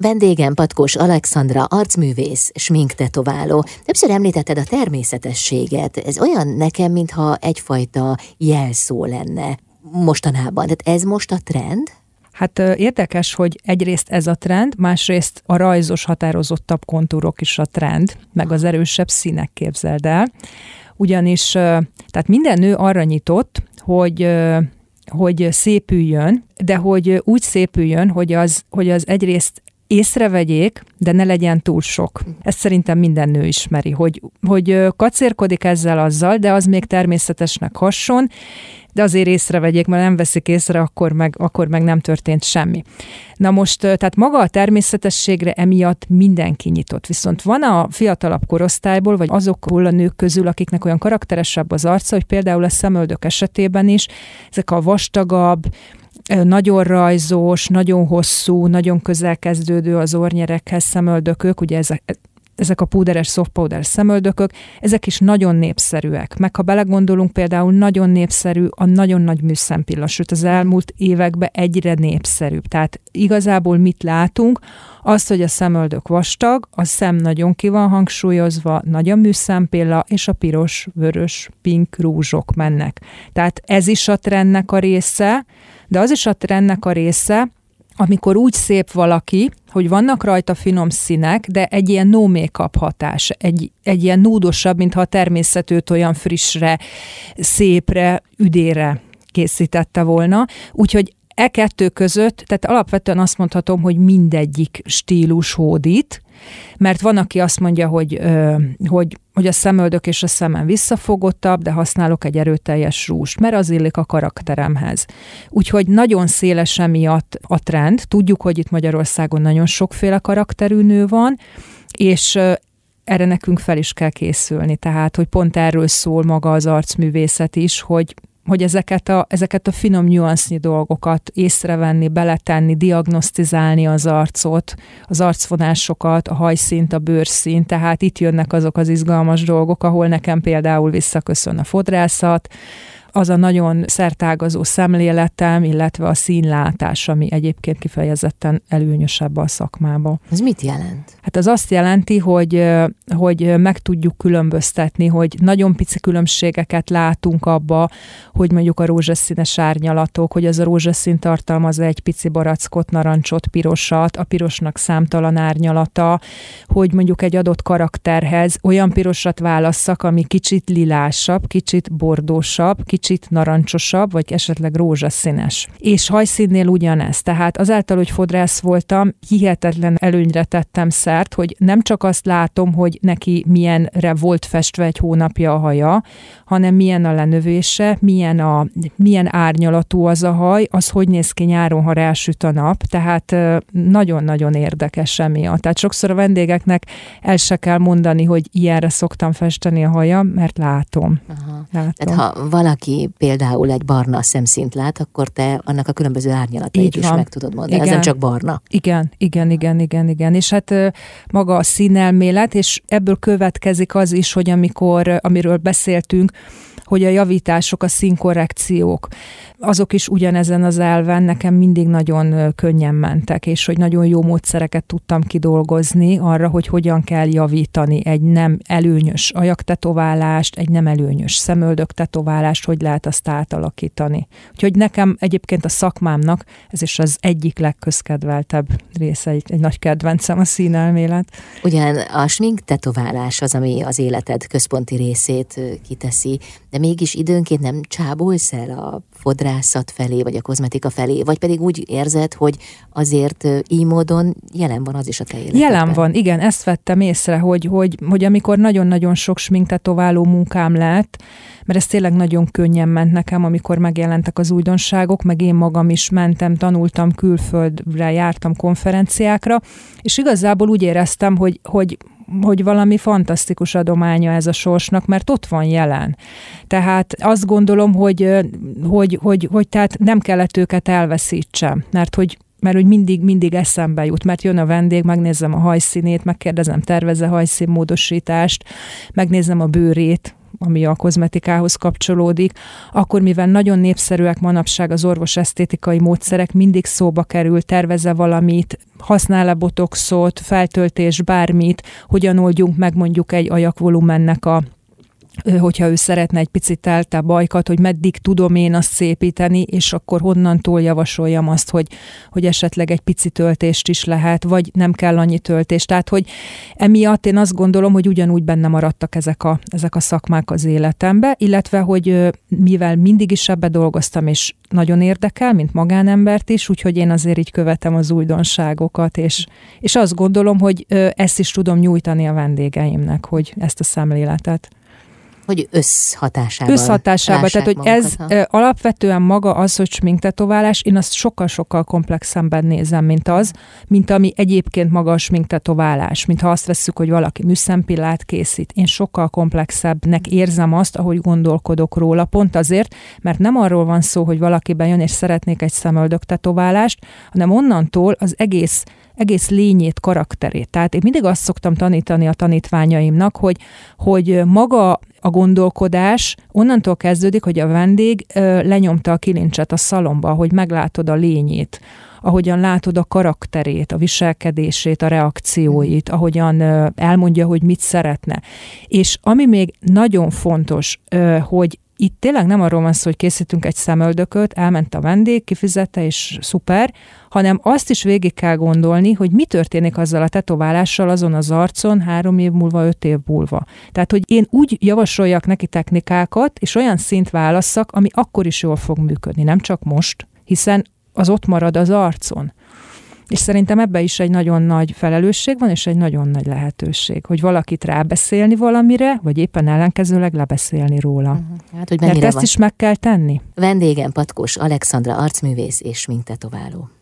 Vendégem Patkós Alexandra, arcművész, sminktetováló. Többször említetted a természetességet. Ez olyan nekem, mintha egyfajta jelszó lenne mostanában. Tehát ez most a trend? Hát érdekes, hogy egyrészt ez a trend, másrészt a rajzos, határozottabb kontúrok is a trend, meg az erősebb színek, képzeld el. Ugyanis tehát minden nő arra nyitott, hogy szépüljön, de hogy úgy szépüljön, hogy az egyrészt észrevegyék, de ne legyen túl sok. Ezt szerintem minden nő ismeri, hogy kacérkodik ezzel-azzal, de az még természetesnek hasson, de azért észrevegyék, mert nem veszik észre, akkor meg nem történt semmi. Na most, tehát maga a természetességre emiatt mindenki nyitott. Viszont van a fiatalabb korosztályból, vagy azokból a nők közül, akiknek olyan karakteresebb az arca, hogy például a szemöldök esetében is ezek a vastagabb, nagyon rajzos, nagyon hosszú, nagyon közel kezdődő az orrnyerekhez szemöldökök, ugye ezek a púderes, soft powder szemöldökök, ezek is nagyon népszerűek. Meg ha belegondolunk, például nagyon népszerű a nagyon nagy műszempilla, sőt az elmúlt években egyre népszerűbb. Tehát igazából mit látunk? Azt, hogy a szemöldök vastag, a szem nagyon ki van hangsúlyozva, nagy a műszempilla, és a piros, vörös, pink rúzsok mennek. Tehát ez is a trendnek a része, de az is a trendnek a része, amikor úgy szép valaki, hogy vannak rajta finom színek, de egy ilyen no make-up hatás, egy ilyen núdosabb, mintha a természet őt olyan frissre, szépre, üdére készítette volna. Úgyhogy e kettő között, tehát alapvetően azt mondhatom, hogy mindegyik stílus hódít, mert van, aki azt mondja, hogy a szemöldök és a szemem visszafogottabb, de használok egy erőteljes rúst, mert az illik a karakteremhez. Úgyhogy nagyon széles emiatt a trend. Tudjuk, hogy itt Magyarországon nagyon sokféle karakterű nő van, és erre nekünk fel is kell készülni. Tehát, hogy pont erről szól maga az arcművészet is, hogy ezeket a finom nyuansznyi dolgokat észrevenni, beletenni, diagnosztizálni az arcot, az arcvonásokat, a hajszínt, a bőrszínt, tehát itt jönnek azok az izgalmas dolgok, ahol nekem például visszaköszön a fodrászat, az a nagyon szertágazó szemléletem, illetve a színlátás, ami egyébként kifejezetten előnyösebb a szakmában. Ez mit jelent? Hát az azt jelenti, hogy meg tudjuk különböztetni, hogy nagyon pici különbségeket látunk abba, hogy mondjuk a rózsaszínes árnyalatok, hogy az a rózsaszín tartalmaz egy pici barackot, narancsot, pirosat, a pirosnak számtalan árnyalata, hogy mondjuk egy adott karakterhez olyan pirosat válasszak, ami kicsit lilásabb, kicsit bordósabb, kicsit narancsosabb, vagy esetleg rózsaszínes. És hajszínnél ugyanez. Tehát azáltal, hogy fodrász voltam, hihetetlen előnyre tettem szert, hogy nem csak azt látom, hogy neki milyenre volt festve egy hónapja a haja, hanem milyen a lenövése, milyen árnyalatú az a haj, az hogy néz ki nyáron, ha rásüt a nap. Tehát nagyon-nagyon érdekes emiatt. Tehát sokszor a vendégeknek el se kell mondani, hogy ilyenre szoktam festeni a hajam, mert látom. Tehát ha valaki például egy barna szemszínt lát, akkor te annak a különböző árnyalatait is meg tudod mondani. Igen. Ez nem csak barna. Igen. És hát maga a színelmélet, és ebből következik az is, hogy amiről beszéltünk, hogy a javítások, a színkorrekciók, azok is ugyanezen az elven nekem mindig nagyon könnyen mentek, és hogy nagyon jó módszereket tudtam kidolgozni arra, hogy hogyan kell javítani egy nem előnyös ajaktetoválást, egy nem előnyös szemöldöktetoválást, hogy lehet azt átalakítani. Úgyhogy nekem egyébként a szakmámnak ez is az egyik legközkedveltebb része, egy nagy kedvencem a színelmélet. Ugyan a sminktetoválás az, ami az életed központi részét kiteszi, de mégis időnként nem csábulsz el a fodrászat felé, vagy a kozmetika felé, vagy pedig úgy érzed, hogy azért így módon jelen van az is a te életedben. Jelen van, igen, ezt vettem észre, hogy amikor nagyon-nagyon sok sminktetováló munkám lett, mert ez tényleg nagyon könnyen ment nekem, amikor megjelentek az újdonságok, meg én magam is mentem, tanultam külföldre, jártam konferenciákra, és igazából úgy éreztem, hogy valami fantasztikus adománya ez a sorsnak, mert ott van jelen. Tehát azt gondolom, hogy tehát nem kellett őket elveszítsem, mert hogy mindig eszembe jut, mert jön a vendég, megnézem a hajszínét, megkérdezem, tervez-e hajszínmódosítást, megnézem a bőrét, ami a kozmetikához kapcsolódik, akkor mivel nagyon népszerűek manapság az orvos esztétikai módszerek, mindig szóba kerül, tervez-e valamit, használ-e botoxot, feltöltés, bármit, hogyan oldjunk meg mondjuk egy ajakvolumennek hogyha ő szeretne egy picit teltebb ajkat, hogy meddig tudom én azt szépíteni, és akkor honnantól javasoljam azt, hogy esetleg egy pici töltést is lehet, vagy nem kell annyi töltést. Tehát, hogy emiatt én azt gondolom, hogy ugyanúgy benne maradtak ezek a szakmák az életembe, illetve, hogy mivel mindig is ebbe dolgoztam, és nagyon érdekel, mint magánembert is, úgyhogy én azért így követem az újdonságokat, és azt gondolom, hogy ezt is tudom nyújtani a vendégeimnek, hogy ezt a szemléletet. Hogy összhatásában. Tehát, hogy ez alapvetően maga az, hogy sminktetoválás, én azt sokkal-sokkal komplexebben nézem, mint ami egyébként maga a sminktetoválás. Mint ha azt vesszük, hogy valaki műszempillát készít. Én sokkal komplexebbnek érzem azt, ahogy gondolkodok róla. Pont azért, mert nem arról van szó, hogy valaki bejön és szeretnék egy szemöldöktetoválást, hanem onnantól az egész lényét, karakterét. Tehát én mindig azt szoktam tanítani a tanítványaimnak, hogy maga a gondolkodás onnantól kezdődik, hogy a vendég lenyomta a kilincset a szalomba, hogy meglátod a lényét, ahogyan látod a karakterét, a viselkedését, a reakcióit, ahogyan elmondja, hogy mit szeretne. És ami még nagyon fontos, hogy itt tényleg nem arról van szó, hogy készítünk egy szemöldököt, elment a vendég, kifizette, és szuper, hanem azt is végig kell gondolni, hogy mi történik azzal a tetoválással azon az arcon 3 év múlva, 5 év múlva. Tehát, hogy én úgy javasoljak neki technikákat, és olyan szint válasszak, ami akkor is jól fog működni, nem csak most, hiszen az ott marad az arcon. És szerintem ebben is egy nagyon nagy felelősség van, és egy nagyon nagy lehetőség, hogy valakit rábeszélni valamire, vagy éppen ellenkezőleg lebeszélni róla. Hát, hogy mennyire ezt is meg kell tenni. Vendégem Patkós Alexandra, arcművész és sminktetováló.